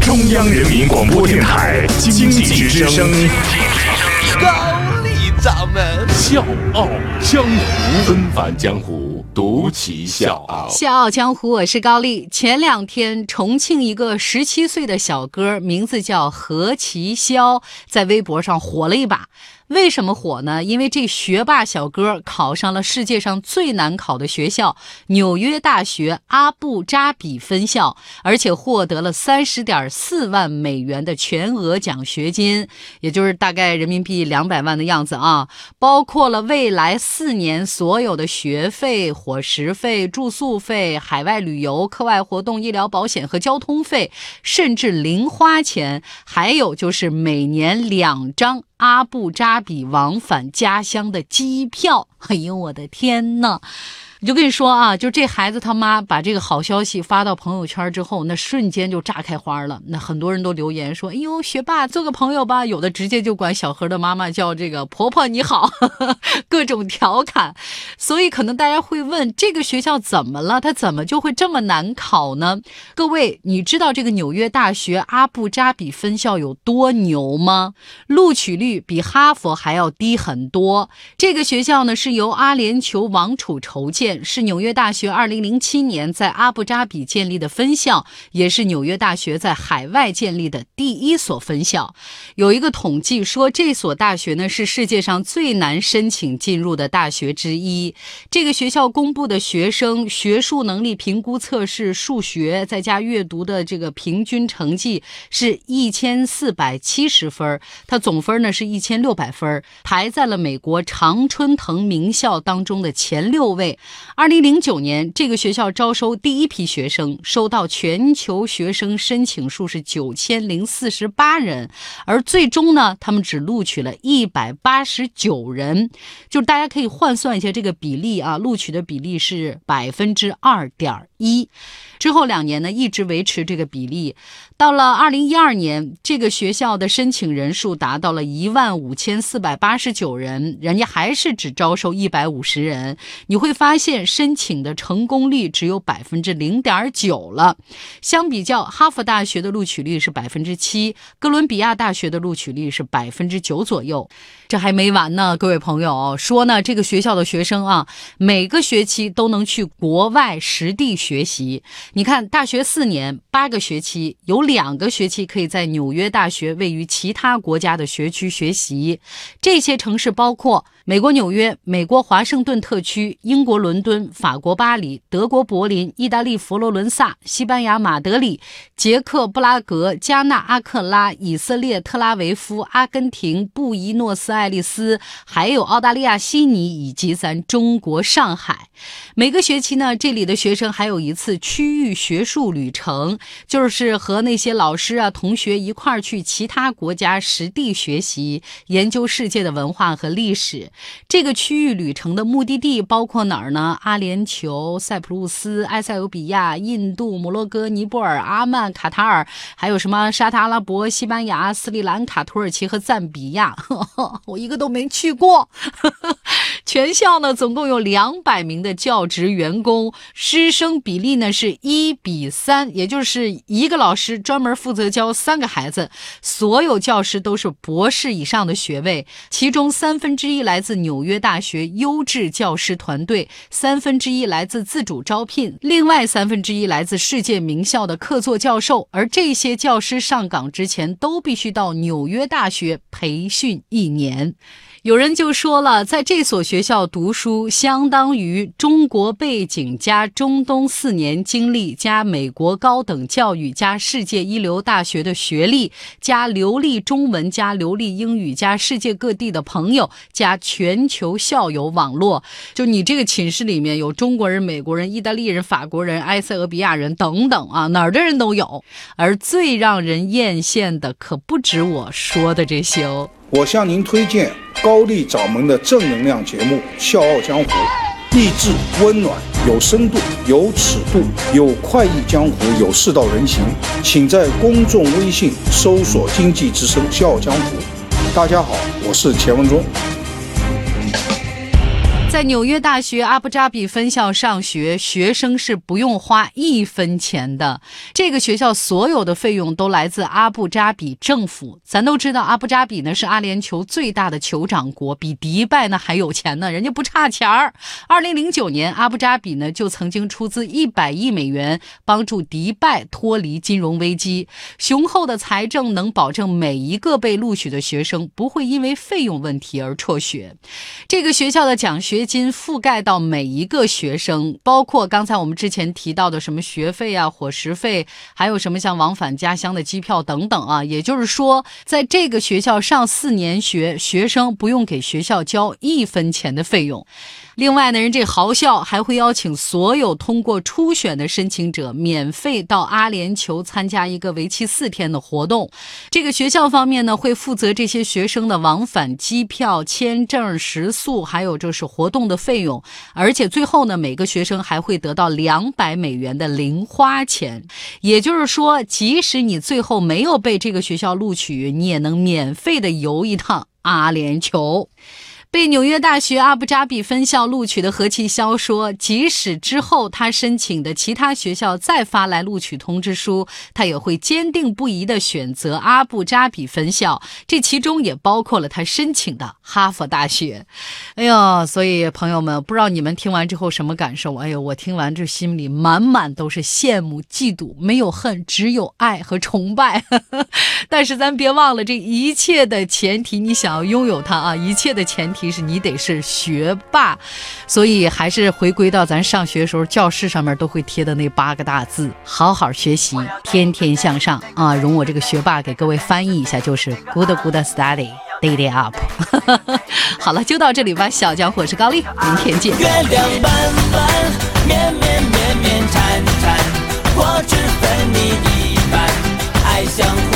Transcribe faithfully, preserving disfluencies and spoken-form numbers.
中央人民广播电台经济之声， 高丽掌门笑傲江湖，纷繁江湖，独骑笑傲。 笑傲江湖，我是高丽。前两天，重庆一个十七岁的小哥，名字叫何其潇，在微博上火了一把。为什么火呢？因为这学霸小哥考上了世界上最难考的学校——纽约大学阿布扎比分校，而且获得了 三十点四万美元的全额奖学金，也就是大概人民币两百万的样子啊，包括了未来四年所有的学费、伙食费、住宿费、海外旅游、课外活动、医疗保险和交通费，甚至零花钱，还有就是每年两张阿布扎比往返家乡的机票。哎呦我的天哪！我就跟你说啊，就这孩子他妈把这个好消息发到朋友圈之后，那瞬间就炸开花了。那很多人都留言说，哎呦学霸做个朋友吧，有的直接就管小何的妈妈叫这个婆婆你好，呵呵，各种调侃。所以可能大家会问，这个学校怎么了？它怎么就会这么难考呢？各位，你知道这个纽约大学阿布扎比分校有多牛吗？录取率比哈佛还要低很多。这个学校呢是由阿联酋王储筹建，是纽约大学二零零七年在阿布扎比建立的分校，也是纽约大学在海外建立的第一所分校。有一个统计说，这所大学呢是世界上最难申请进入的大学之一。这个学校公布的学生学术能力评估测试数学再加阅读的这个平均成绩是一千四百七十分，它总分呢是一千六百分，排在了美国常春藤名校当中的前六位。二零零九年，这个学校招收第一批学生，收到全球学生申请数是九千零四十八人，而最终呢，他们只录取了一百八十九人，就是大家可以换算一下这个比例啊，录取的比例是百分之二点一。之后两年呢，一直维持这个比例。到了二零一二年，这个学校的申请人数达到了一万五千四百八十九人，人家还是只招收一百五十人。你会发现申请的成功率只有百分之零点九了。相比较，哈佛大学的录取率是百分之七，哥伦比亚大学的录取率是百分之九左右。这还没完呢，各位朋友，说呢，这个学校的学生啊，每个学期都能去国外实地学习。你看，大学四年八个学期，有两个学期可以在纽约大学位于其他国家的学区学习。这些城市包括美国纽约、美国华盛顿特区、英国伦敦、法国巴黎、德国柏林、意大利佛罗伦萨、西班牙马德里、捷克布拉格、加纳阿克拉、以色列特拉维夫、阿根廷布宜诺斯艾利斯，还有澳大利亚悉尼以及咱中国上海。每个学期呢，这里的学生还有一次区域学术旅程，就是和那些老师啊、同学一块儿去其他国家实地学习，研究世界的文化和历史。这个区域旅程的目的地包括哪儿呢？阿联酋、塞浦路斯、埃塞俄比亚、印度、摩洛哥、尼泊尔、阿曼、卡塔尔，还有什么沙特阿拉伯、西班牙、斯里兰卡、土耳其和赞比亚。呵呵，我一个都没去过。全校呢总共有两百名的教职员工，师生比例呢是一比三，也就是一个老师专门负责教三个孩子。所有教师都是博士以上的学位，其中三分之一来自纽约大学优质教师团队，三分之一来自自主招聘，另外三分之一来自世界名校的客座教授。而这些教师上岗之前都必须到纽约大学培训一年。有人就说了，在这所学校读书相当于中国背景加中东四年经历加美国高等教育加世界一流大学的学历加流利中文加流利英语加世界各地的朋友加全球校友网络。就你这个寝室里面有中国人、美国人、意大利人、法国人、埃塞俄比亚人等等啊，哪儿的人都有。而最让人艳羡的可不止我说的这些哦。 我向您推荐高丽掌门的正能量节目《笑傲江湖》，励志温暖，有深度，有尺度，有快意江湖，有世道人情。请在公众微信搜索“经济之声笑傲江湖”。大家好，我是钱文忠。 在纽约大学阿布扎比分校上学，学生是不用花一分钱的。这个学校所有的费用都来自阿布扎比政府。咱都知道阿布扎比呢是阿联酋最大的酋长国，比迪拜呢还有钱呢，人家不差钱儿。二零零九年，阿布扎比呢就曾经出资一百亿美元帮助迪拜脱离金融危机。雄厚的财政能保证每一个被录取的学生不会因为费用问题而辍学。这个学校的奖学金覆盖到每一个学生，包括刚才我们之前提到的什么学费啊、伙食费，还有什么像往返家乡的机票等等啊。也就是说，在这个学校上四年学，学生不用给学校交一分钱的费用。另外呢，人这豪校还会邀请所有通过初选的申请者免费到阿联酋参加一个为期四天的活动。这个学校方面呢，会负责这些学生的往返机票、签证、食宿，还有就是活动的费用。而且最后呢，每个学生还会得到两百美元的零花钱。也就是说，即使你最后没有被这个学校录取，你也能免费的游一趟阿联酋。被纽约大学阿布扎比分校录取的何其霄说，即使之后他申请的其他学校再发来录取通知书，他也会坚定不移地选择阿布扎比分校，这其中也包括了他申请的哈佛大学。哎呦，所以朋友们，不知道你们听完之后什么感受？哎呦，我听完这心里满满都是羡慕、嫉妒，没有恨，只有爱和崇拜。但是咱别忘了，这一切的前提，你想要拥有它啊，一切的前提其实你得是学霸。所以还是回归到咱上学的时候，教室上面都会贴的那八个大字：好好学习，天天向上啊！容我这个学霸给各位翻译一下，就是 good good study day day up。 好了，就到这里吧，小江我是高丽，明天见。 月亮弯弯，绵绵绵绵缠缠，我只分你一半，爱相